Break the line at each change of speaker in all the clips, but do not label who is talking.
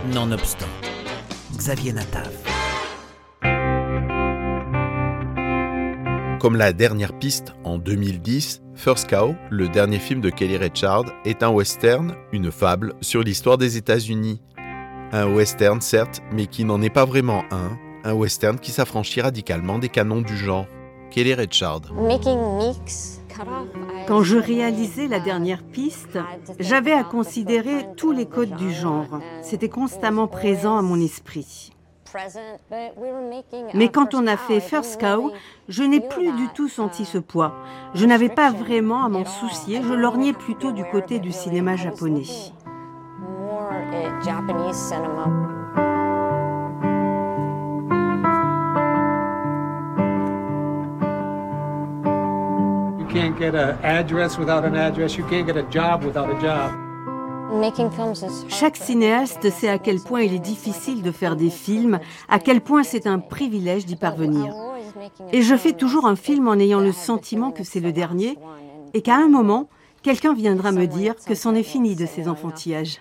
Nonobstant, Xavier Natav.
Comme la dernière piste en 2010, First Cow, le dernier film de Kelly Reichardt, est un western, une fable sur l'histoire des États-Unis. Un western certes, mais qui n'en est pas vraiment un western qui s'affranchit radicalement des canons du genre. Kelly Reichardt.
Quand je réalisais la dernière piste, j'avais à considérer tous les codes du genre. C'était constamment présent à mon esprit. Mais quand on a fait First Cow, je n'ai plus du tout senti ce poids. Je n'avais pas vraiment à m'en soucier, je lorgnais plutôt du côté du cinéma japonais.
You can't get an address without an address. You can't get a job without a job.
Chaque cinéaste sait à quel point il est difficile de faire des films, à quel point c'est un privilège d'y parvenir. Et je fais toujours un film en ayant le sentiment que c'est le dernier et qu'à un moment, quelqu'un viendra me dire que c'en est fini de ces enfantillages.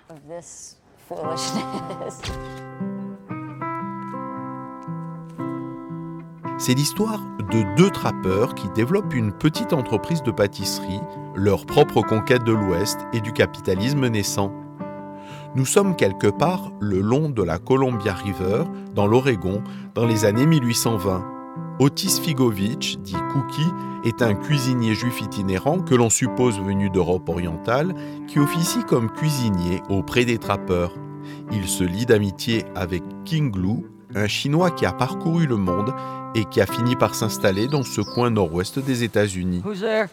C'est l'histoire de deux trappeurs qui développent une petite entreprise de pâtisserie, leur propre conquête de l'Ouest et du capitalisme naissant. Nous sommes quelque part le long de la Columbia River, dans l'Oregon, dans les années 1820. Otis Figovich, dit Cookie, est un cuisinier juif itinérant que l'on suppose venu d'Europe orientale, qui officie comme cuisinier auprès des trappeurs. Il se lie d'amitié avec King Lou, un Chinois qui a parcouru le monde et qui a fini par s'installer dans ce coin nord-ouest des États-Unis.
Who's there?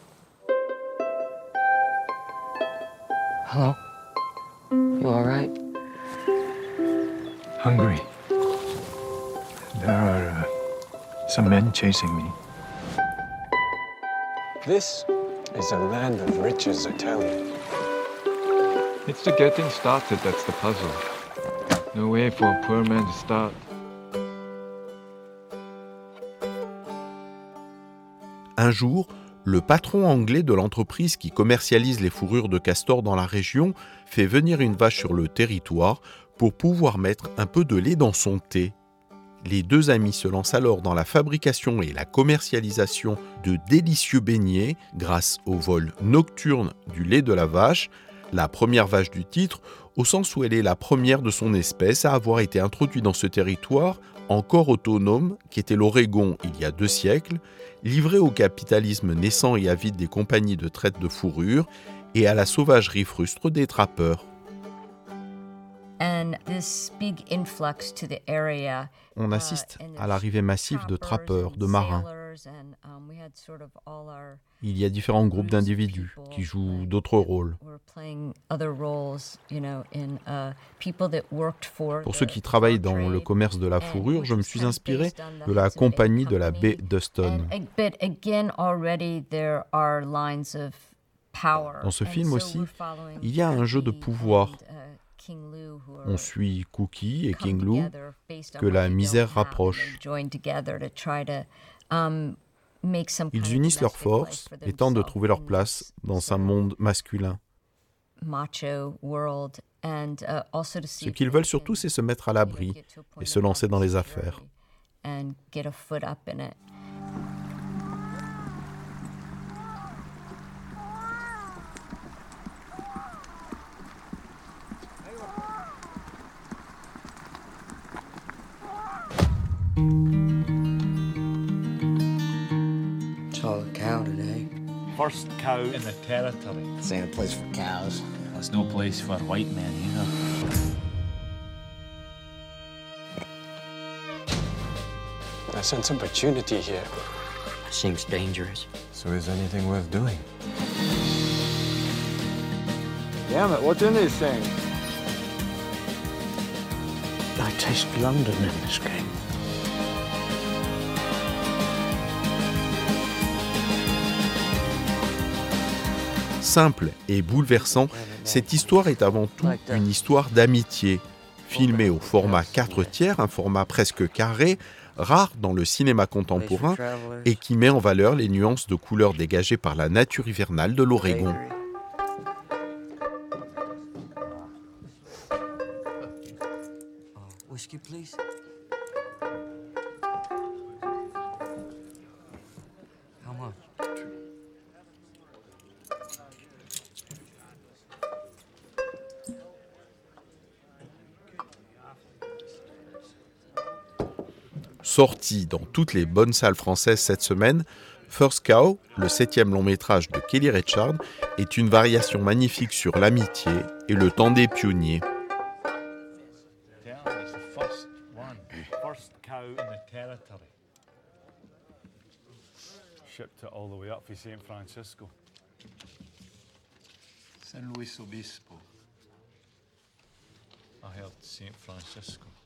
Hello? You all right?
Hungry. There are some men chasing me.
This is a land of riches, I tell you.
It's the getting started that's the puzzle. No way for a poor man to start.
Un jour, le patron anglais de l'entreprise qui commercialise les fourrures de castor dans la région fait venir une vache sur le territoire pour pouvoir mettre un peu de lait dans son thé. Les deux amis se lancent alors dans la fabrication et la commercialisation de délicieux beignets grâce au vol nocturne du lait de la vache, la première vache du titre, au sens où elle est la première de son espèce à avoir été introduite dans ce territoire encore autonome qu'était l'Oregon il y a 2 siècles, livré au capitalisme naissant et avide des compagnies de traite de fourrure et à la sauvagerie frustre des trappeurs. On assiste à l'arrivée massive de trappeurs, de marins. Il y a différents groupes d'individus qui jouent d'autres rôles. Pour ceux qui travaillent dans le commerce de la fourrure, je me suis inspiré de la compagnie de la baie d'Hudson. Dans ce film aussi, il y a un jeu de pouvoir. On suit Cookie et King Lou, que la misère rapproche. Ils unissent leurs forces et tentent de trouver leur place dans un monde masculin. Ce qu'ils veulent surtout, c'est se mettre à l'abri et se lancer dans les affaires.
Saw a cow today.
First cow in the territory.
This ain't a place for cows.
It's no place for white men either.
I sense opportunity here.
Seems dangerous.
So is anything worth doing?
Damn it, what's in these things?
I taste London in this game.
Simple et bouleversant, cette histoire est avant tout une histoire d'amitié. Filmée au format 4/3, un format presque carré, rare dans le cinéma contemporain et qui met en valeur les nuances de couleurs dégagées par la nature hivernale de l'Oregon.
Whiskey, please. How much?
Sorti dans toutes les bonnes salles françaises cette semaine, First Cow, le 7e long métrage de Kelly Reichardt, est une variation magnifique sur l'amitié et le temps des pionniers.
It's the first one. First cow in the territory.
Shipped it all the way up from St. Francisco.
San Luis Obispo. I heard St. Francisco.